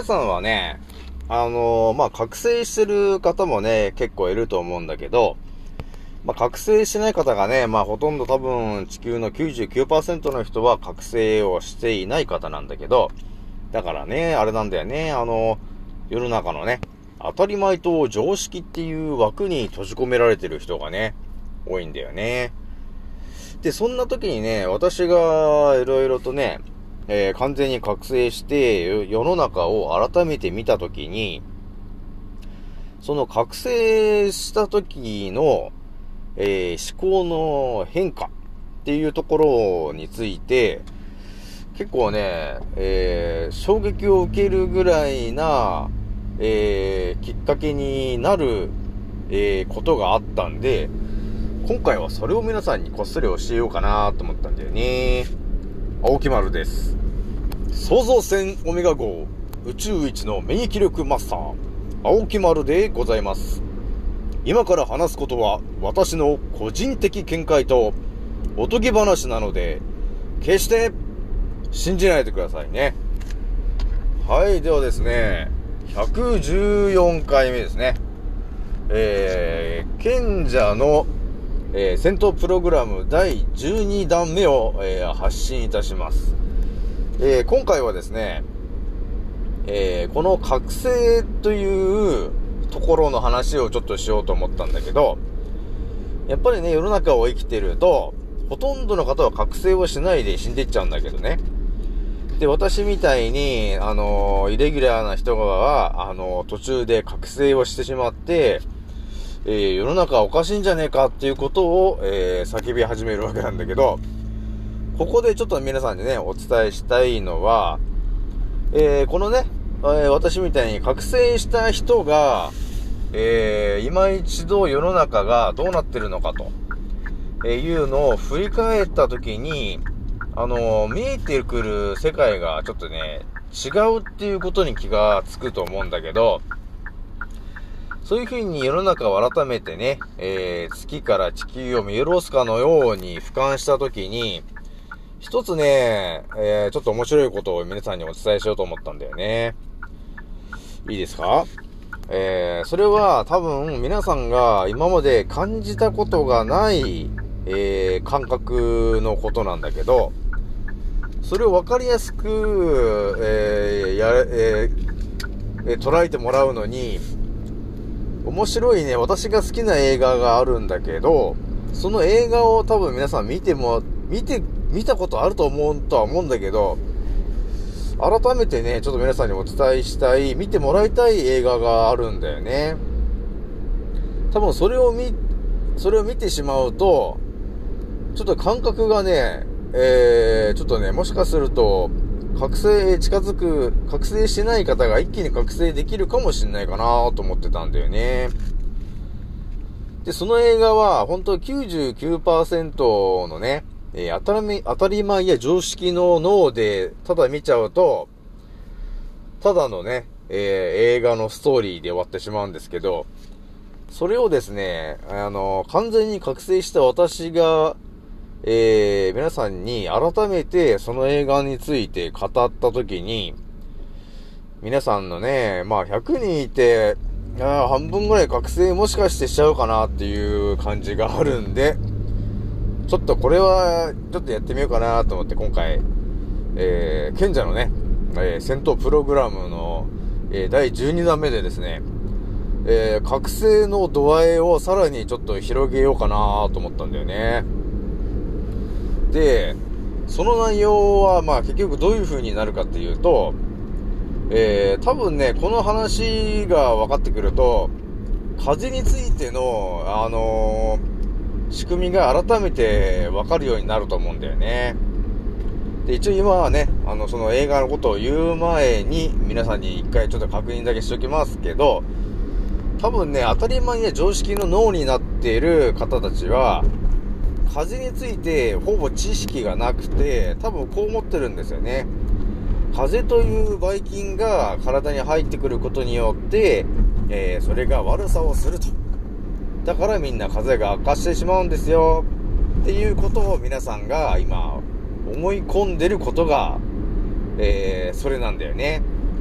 さんはね、覚醒してる方もね、結構いると思うんだけど、覚醒してない方がね、ほとんど多分地球の 99% の人は覚醒をしていない方なんだけど、だからね、あれなんだよね、世の中のね、当たり前と常識っていう枠に閉じ込められてる人がね、多いんだよね。で、そんな時にね、私がいろいろとね、完全に覚醒して世の中を改めて見た時に、その覚醒した時の、思考の変化っていうところについて、結構ね、衝撃を受けるぐらいな、きっかけになる、ことがあったんで、今回はそれを皆さんにこっそり教えようかなと思ったんだよね。青木丸です。創造船オメガ号宇宙一の免疫力マスター、青木丸でございます。今から話すことは私の個人的見解とおとぎ話なので、決して信じないでくださいね。はい、ではですね、114回目ですね。賢者の、戦闘プログラム第12弾目を、発信いたします。今回はですね、この覚醒というところの話をちょっとしようと思ったんだけど、やっぱりね、世の中を生きてると、ほとんどの方は覚醒をしないで死んでいっちゃうんだけどね。で、私みたいに、イレギュラーな人は、途中で覚醒をしてしまって、世の中はおかしいんじゃねえかっていうことを、叫び始めるわけなんだけど、ここでちょっと皆さんにね、お伝えしたいのは、このね、私みたいに覚醒した人が、今一度世の中がどうなってるのかと、いうのを振り返ったときに、見えてくる世界がちょっとね、違うっていうことに気がつくと思うんだけど、そういう風に世の中を改めてね、月から地球を見下ろすかのように俯瞰したときに、一つね、ちょっと面白いことを皆さんにお伝えしようと思ったんだよね。いいですか？それは多分皆さんが今まで感じたことがない、感覚のことなんだけど、それを分かりやすく、捉えてもらうのに、面白いね、私が好きな映画があるんだけど、その映画を多分皆さん見たことあると思うんだけど、改めてね、ちょっと皆さんにお伝えしたい、見てもらいたい映画があるんだよね。多分それを見てしまうと、ちょっと感覚がね、ちょっとね、もしかすると、覚醒してない方が一気に覚醒できるかもしれないかなと思ってたんだよね。で、その映画は、本当 99% のね、当たり前や常識の脳でただ見ちゃうと、ただのね、映画のストーリーで終わってしまうんですけど、それをですね、完全に覚醒した私が、皆さんに改めてその映画について語ったときに、皆さんのね、100人いて、半分ぐらい覚醒もしかしてしちゃうかなっていう感じがあるんで、ちょっとこれはちょっとやってみようかなと思って今回、賢者のね、戦闘プログラムの、第12弾目でですね、覚醒の度合いをさらにちょっと広げようかなと思ったんだよね。で、その内容は結局どういう風になるかっていうと、多分ね、この話が分かってくると、風についての、仕組みが改めて分かるようになると思うんだよね。で、一応今はね、その映画のことを言う前に、皆さんに一回ちょっと確認だけしておきますけど、多分ね、当たり前や常識の脳になっている方たちは、風についてほぼ知識がなくて、多分こう思ってるんですよね。風というばい菌が体に入ってくることによって、それが悪さをすると。だからみんな風邪が悪化してしまうんですよっていうことを皆さんが今思い込んでることが、それなんだよね。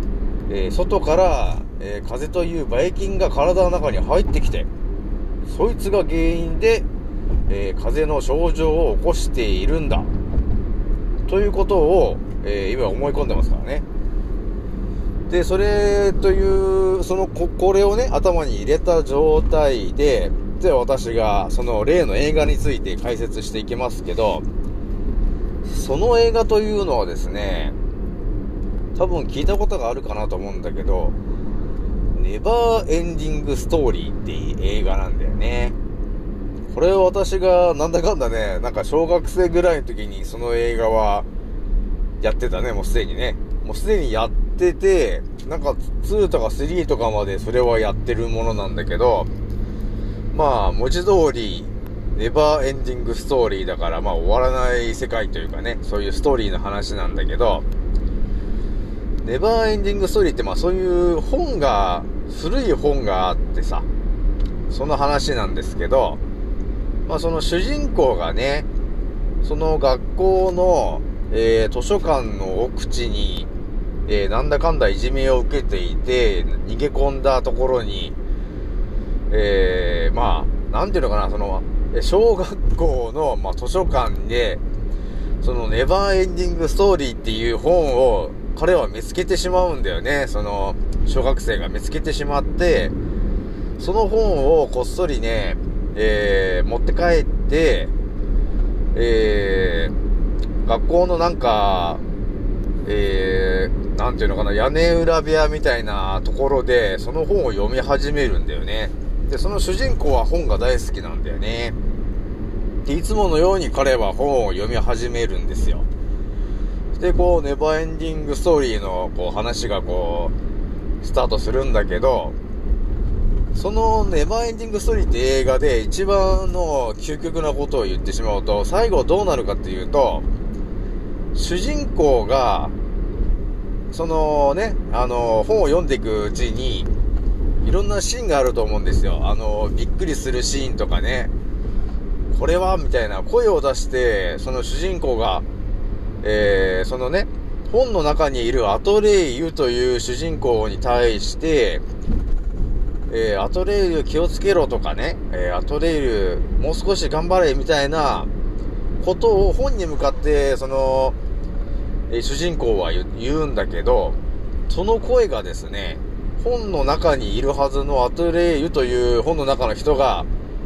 外から、風というばい菌が体の中に入ってきて、そいつが原因で、風邪の症状を起こしているんだということを、今思い込んでますからね。で、それというこれをね頭に入れた状態で、では私がその例の映画について解説していきますけど、その映画というのはですね、多分聞いたことがあるかなと思うんだけど、ネバーエンディングストーリーっていう映画なんだよね。これを私がなんだかんだね、なんか小学生ぐらいの時にその映画はやってたね。もうすでにね、もうすでにやってて、なんか2とか3とかまでそれはやってるものなんだけど、まあ文字通りネバーエンディングストーリーだから、まあ終わらない世界というかね、そういうストーリーの話なんだけど、ネバーエンディングストーリーってまあそういう古い本があってさ、その話なんですけど、まあその主人公がね、その学校の、図書館の奥地に、なんだかんだいじめを受けていて、逃げ込んだところに、まあ、なんていうのかな、その、小学校の、まあ、図書館で、そのネバーエンディングストーリーっていう本を彼は見つけてしまうんだよね。その小学生が見つけてしまって、その本をこっそりね、持って帰って、学校のなんか、なんていうのかな、屋根裏部屋みたいなところでその本を読み始めるんだよね。で、その主人公は本が大好きなんだよね。で、いつものように彼は本を読み始めるんですよ。で、こうネバーエンディングストーリーのこう話がこうスタートするんだけど、そのネバーエンディングストーリーって映画で一番の究極なことを言ってしまうと、最後どうなるかっていうと、主人公がそのね、本を読んでいくうちにいろんなシーンがあると思うんですよ。びっくりするシーンとかね、これはみたいな声を出して、その主人公が、そのね、本の中にいるアトレイユという主人公に対して、アトレイユ気をつけろとかね、アトレイユもう少し頑張れみたいなことを本に向かってその、主人公は言うんだけど、その声がですね、本の中にいるはずのアトレイユという本の中の人が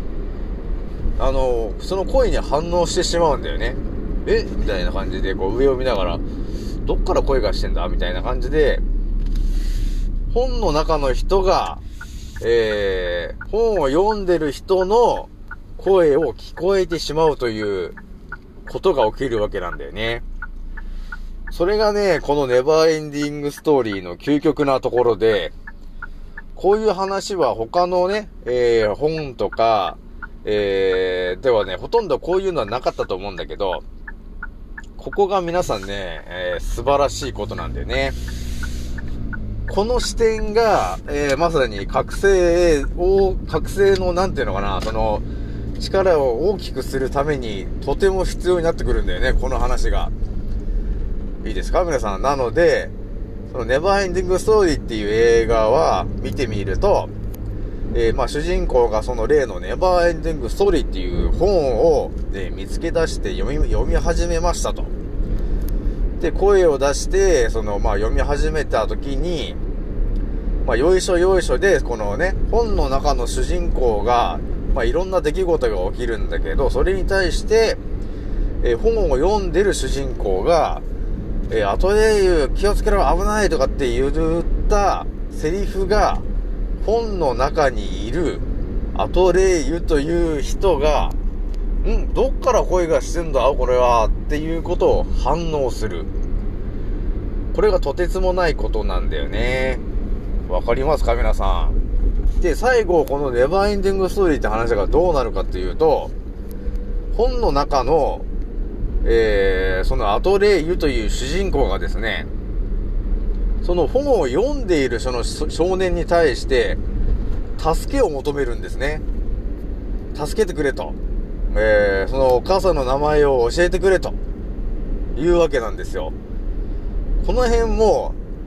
その声に反応してしまうんだよね。みたいな感じでこう上を見ながら、どっから声がしてんだみたいな感じで、本の中の人が本を読んでる人の声を聞こえてしまうということが起きるわけなんだよね。それがね、このネバーエンディングストーリーの究極なところで、こういう話は他のね、本とか、ではね、ほとんどこういうのはなかったと思うんだけど、ここが皆さんね、素晴らしいことなんだよね。この視点が、まさに覚醒のなんていうのかな、その力を大きくするためにとても必要になってくるんだよね、この話が。いいですか皆さん。なので、そのネバーエンディングストーリーっていう映画は見てみると、まあ主人公がその例のネバーエンディングストーリーっていう本を、見つけ出して読み始めましたと。で、声を出して、まあ読み始めた時に、まあよいしょよいしょで、このね、本の中の主人公が、まあいろんな出来事が起きるんだけど、それに対して、本を読んでる主人公が、アトレイユ気をつけろ危ないとかって言ったセリフが、本の中にいるアトレイユという人が、どっから声がしてんだこれはっていうことを反応する。これがとてつもないことなんだよね。わかりますか皆さん。で、最後このネバーエンディングストーリーって話がどうなるかっていうと、本の中のそのアトレイユという主人公がですね、その本を読んでいるその少年に対して助けを求めるんですね。助けてくれと、そのお母さんの名前を教えてくれというわけなんですよ。この辺も、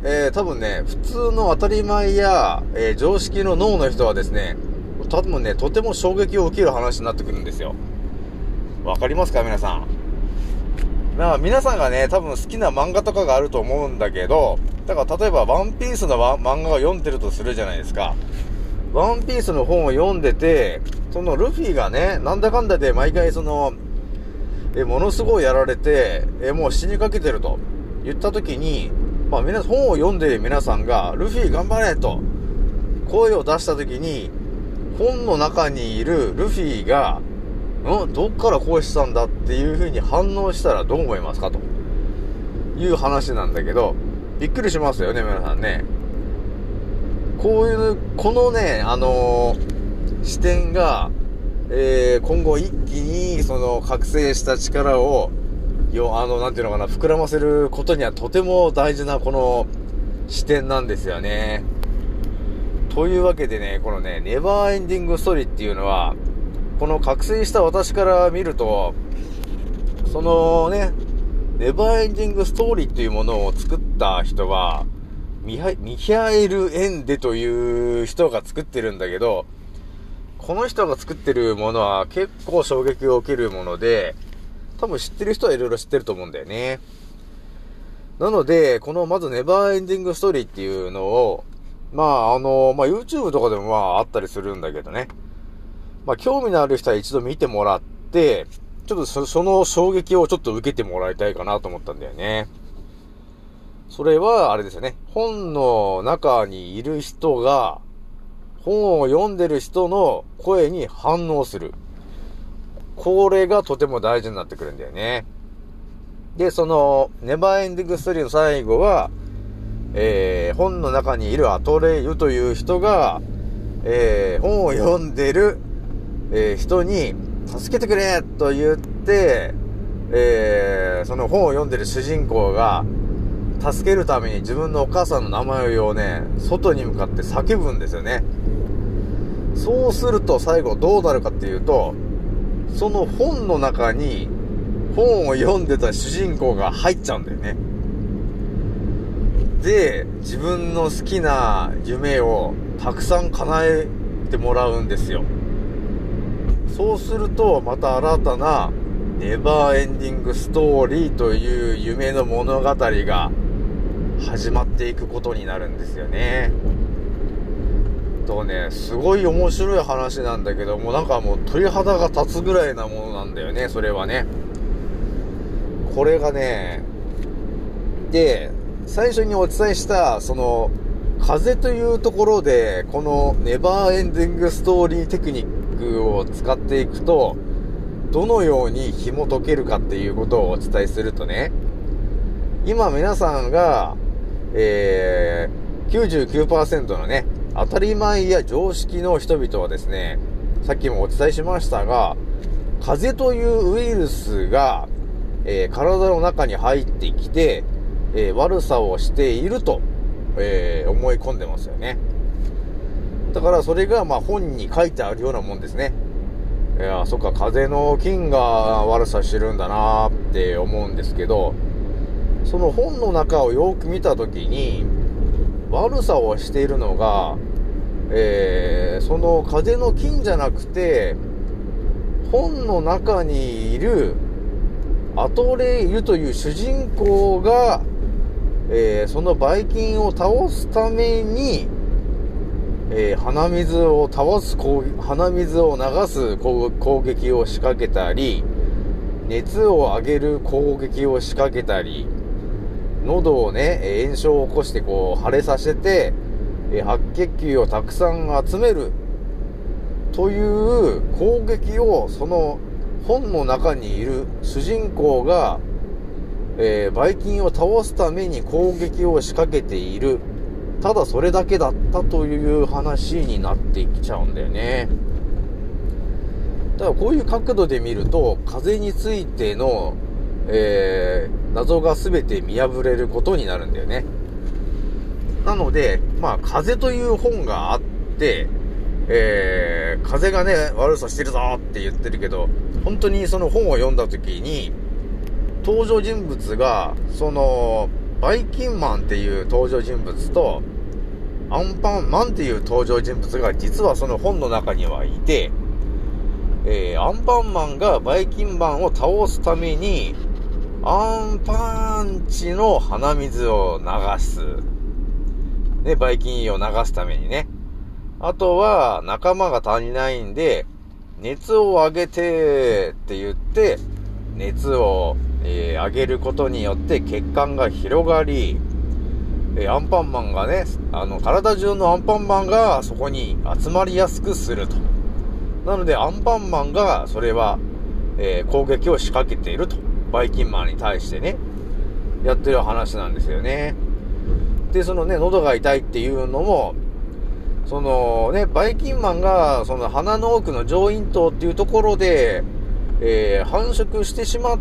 多分ね、普通の当たり前や、常識の脳の人はですね、多分ね、とても衝撃を受ける話になってくるんですよ。わかりますか皆さん。皆さんがね、多分好きな漫画とかがあると思うんだけど、だから例えばワンピースの漫画を読んでるとするじゃないですか。ワンピースの本を読んでて、そのルフィがね、なんだかんだで毎回ものすごいやられて、もう死にかけてると言った時に、本を読んでる皆さんが、ルフィ頑張れと声を出した時に、本の中にいるルフィが、どっから声したんだっていう風に反応したらどう思いますかという話なんだけど、びっくりしますよね、皆さんね。このね、視点が、今後一気に覚醒した力をなんていうのかな、膨らませることにはとても大事なこの視点なんですよね。というわけでね、このね、ネバーエンディングストーリーっていうのは、この覚醒した私から見ると、そのね、ネバーエンディングストーリーっていうものを作った人は、ミハエル・エンデという人が作ってるんだけど、この人が作ってるものは結構衝撃を受けるもので、多分知ってる人はいろいろ知ってると思うんだよね。なので、このまずネバーエンディングストーリーっていうのを、YouTube とかでもあったりするんだけどね。興味のある人は一度見てもらって、ちょっとその衝撃をちょっと受けてもらいたいかなと思ったんだよね。それは、あれですよね。本の中にいる人が、本を読んでる人の声に反応する。これがとても大事になってくるんだよね。で、その、ネバーエンディングストーリーの最後は、本の中にいるアトレイユという人が、本を読んでる、人に助けてくれと言って、その本を読んでる主人公が助けるために自分のお母さんの名前をね、外に向かって叫ぶんですよね。そうすると最後どうなるかっていうと、その本の中に本を読んでた主人公が入っちゃうんだよね。で、自分の好きな夢をたくさん叶えてもらうんですよ。そうするとまた新たなネバーエンディングストーリーという夢の物語が始まっていくことになるんですよね。すごい面白い話なんだけども、もう鳥肌が立つぐらいなものなんだよね、それはね。これがね、で、最初にお伝えした風というところで、このネバーエンディングストーリーテクニックを使っていくと、どのように紐解けるかっていうことをお伝えするとね、今皆さんが、99% のね、当たり前や常識の人々はですね、さっきもお伝えしましたが、風邪というウイルスが、体の中に入ってきて、悪さをしていると、思い込んでますよね。だからそれが本に書いてあるようなもんですね。いや、そっか、風邪の菌が悪さしてるんだなーって思うんですけど、その本の中をよく見たときに、悪さをしているのが、その風邪の菌じゃなくて、本の中にいるアトレイユという主人公が、そのばい菌を倒すために、鼻水を流す攻撃を仕掛けたり、熱を上げる攻撃を仕掛けたり、喉をね、炎症を起こして腫れさせて、白血球をたくさん集めるという攻撃を、その本の中にいる主人公が、ばい菌を倒すために攻撃を仕掛けている。ただそれだけだったという話になってきちゃうんだよね。だからこういう角度で見ると、風についての、謎が全て見破れることになるんだよね。なので、風という本があって、風がね、悪さしてるぞって言ってるけど、本当にその本を読んだ時に、登場人物が、その、 バイキンマンっていう登場人物とアンパンマンっていう登場人物が実はその本の中にはいて、アンパンマンがバイキンマンを倒すためにアンパンチの鼻水を流す。ね、バイキンを流すためにね。あとは仲間が足りないんで、熱を上げてって言って、熱を、上げることによって血管が広がり、アンパンマンがね、体中のアンパンマンがそこに集まりやすくすると。なのでアンパンマンがそれは、攻撃を仕掛けていると。バイキンマンに対してね、やってる話なんですよね。で、そのね、喉が痛いっていうのも、そのね、バイキンマンがその鼻の奥の上咽頭っていうところで、繁殖してしまって、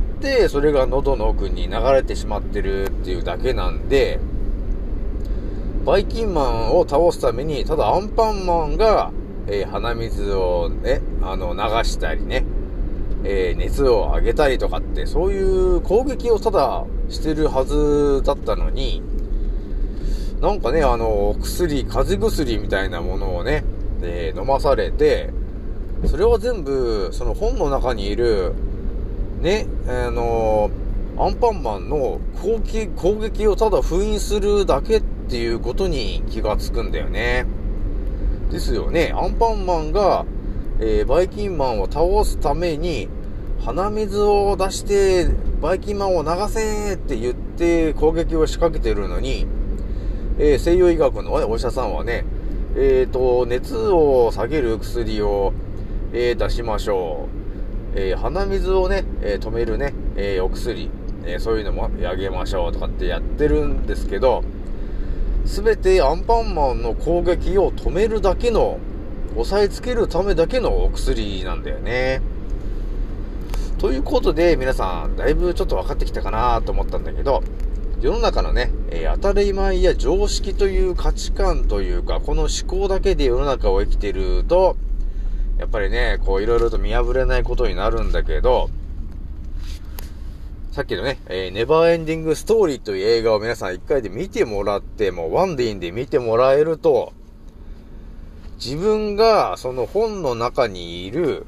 それが喉の奥に流れてしまってるっていうだけなんで、バイキンマンを倒すために、ただアンパンマンが、鼻水をね、流したりね、熱を上げたりとかって、そういう攻撃をただしてるはずだったのに、なんかね、風邪薬みたいなものをね、飲まされて、それは全部、その本の中にいる、ね、アンパンマンの攻撃をただ封印するだけっていうことに気がつくんだよね。ですよね。アンパンマンが、バイキンマンを倒すために、鼻水を出して、バイキンマンを流せって言って攻撃を仕掛けてるのに、西洋医学の、お医者さんはね、熱を下げる薬を、出しましょう。鼻水をね、止めるね、お薬、そういうのもあげましょうとかってやってるんですけど、すべてアンパンマンの攻撃を止めるだけの、抑えつけるためだけのお薬なんだよね。ということで、皆さん、だいぶちょっと分かってきたかなと思ったんだけど、世の中のね、当たり前や常識という価値観というか、この思考だけで世の中を生きてると、やっぱりね、こういろいろと見破れないことになるんだけど、さっきのね、ネバーエンディングストーリーという映画を皆さん一回で見てもらって、もうワンでいいんで見てもらえると、自分がその本の中にいる、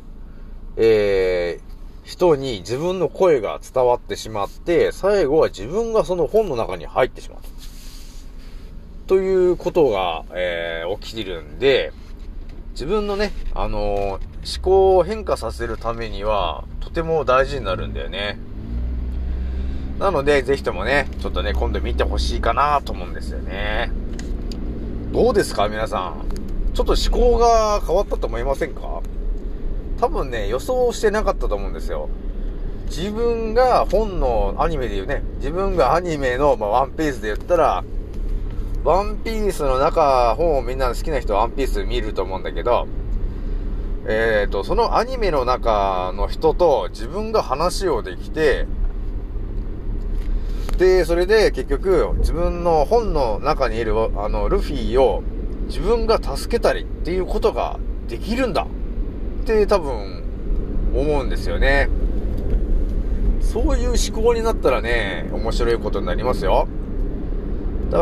人に自分の声が伝わってしまって、最後は自分がその本の中に入ってしまう。ということが、起きてるんで、自分のね、思考を変化させるためには、とても大事になるんだよね。なので、ぜひともね、ちょっとね、今度見てほしいかなと思うんですよね。どうですか、皆さん。ちょっと思考が変わったと思いませんか？多分ね、予想してなかったと思うんですよ。自分が本のアニメで言うね、自分がアニメの、ワンピースで言ったら、ワンピースの中、本をみんな好きな人はワンピース見ると思うんだけど、そのアニメの中の人と自分が話をできて、で、それで結局、自分の本の中にいる、ルフィを自分が助けたりっていうことができるんだって多分思うんですよね。そういう思考になったらね、面白いことになりますよ。だから、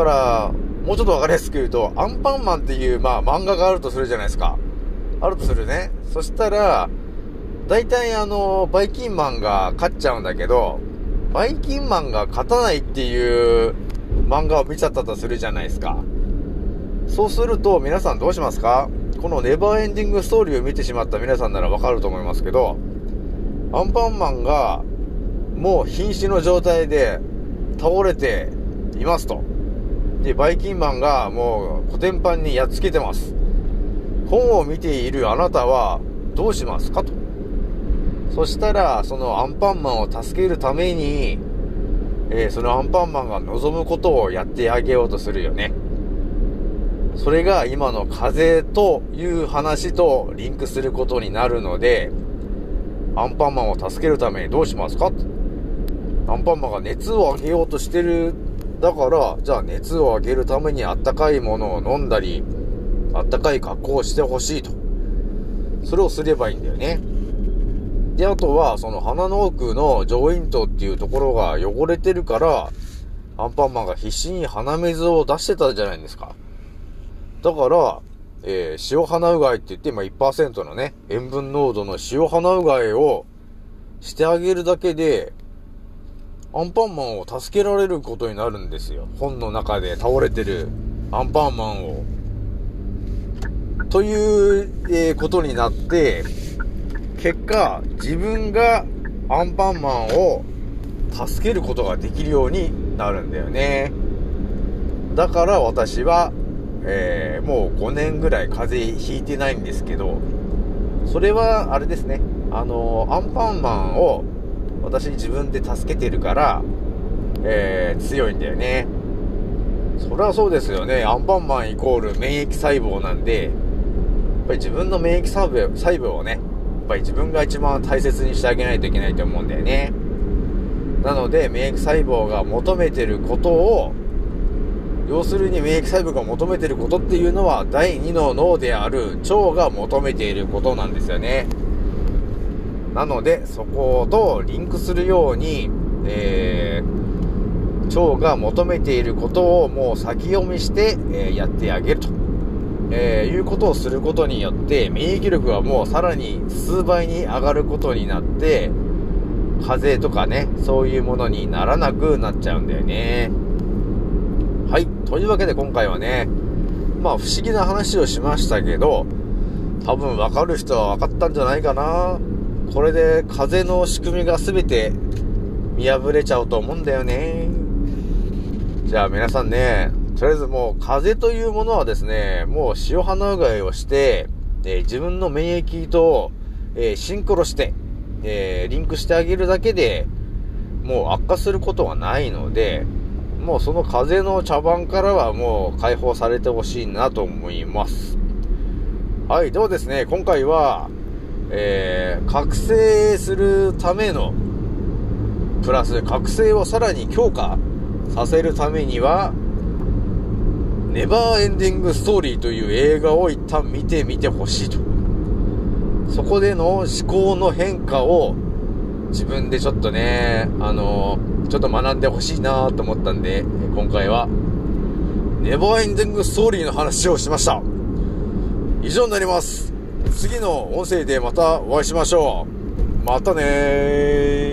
もうちょっとわかりやすく言うと、アンパンマンっていう、漫画があるとするじゃないですか。あるとするね。そしたら、大体バイキンマンが勝っちゃうんだけど、バイキンマンが勝たないっていう漫画を見ちゃったとするじゃないですか。そうすると皆さんどうしますか？このネバーエンディングストーリーを見てしまった皆さんならわかると思いますけど、アンパンマンがもう瀕死の状態で倒れていますと。で、バイキンマンがもうコテンパンにやっつけてます。本を見ているあなたはどうしますかと。そしたら、そのアンパンマンを助けるために、そのアンパンマンが望むことをやってあげようとするよね。それが今の風邪という話とリンクすることになるので、アンパンマンを助けるためにどうしますか？アンパンマンが熱を上げようとしてる。だから、じゃあ熱を上げるためにあったかいものを飲んだり、あったかい格好をしてほしいと。それをすればいいんだよね。で、あとは、その鼻の奥の上咽頭っていうところが汚れてるから、 アンパンマンが必死に鼻水を出してたじゃないですか。だから、塩鼻うがいって言って、1% のね、塩分濃度の塩鼻うがいをしてあげるだけで、アンパンマンを助けられることになるんですよ。本の中で倒れてるアンパンマンを。という、ことになって、結果、自分がアンパンマンを助けることができるようになるんだよね。だから私は、もう5年ぐらい風邪ひいてないんですけど、それはあれですね、アンパンマンを私自分で助けてるから、強いんだよね。そりゃそうですよね。アンパンマンイコール免疫細胞なんで、やっぱり自分の免疫細胞をね、やっぱり自分が一番大切にしてあげないといけないと思うんだよね。なので免疫細胞が求めてることを、要するに免疫細胞が求めてることっていうのは第2の脳である腸が求めていることなんですよね。なのでそことリンクするように、腸が求めていることをもう先読みして、やってあげると、いうことをすることによって免疫力はもうさらに数倍に上がることになって、風邪とかね、そういうものにならなくなっちゃうんだよね。はい。というわけで今回はね、不思議な話をしましたけど、多分分かる人は分かったんじゃないかな。これで風の仕組みが全て見破れちゃうと思うんだよね。じゃあ皆さんね、とりあえずもう風邪というものはですね、もう塩鼻うがいをして、自分の免疫と、シンクロして、リンクしてあげるだけでもう悪化することはないので、もうその風の茶番からはもう解放されてほしいなと思います。はい。ではですね、今回は、覚醒するためのプラス覚醒をさらに強化させるためにはネバーエンディングストーリーという映画を一旦見てみてほしいと。そこでの思考の変化を自分でちょっとね、ちょっと学んでほしいなと思ったんで、今回はネバーエンディングストーリーの話をしました。以上になります。次の音声でまたお会いしましょう。またねー。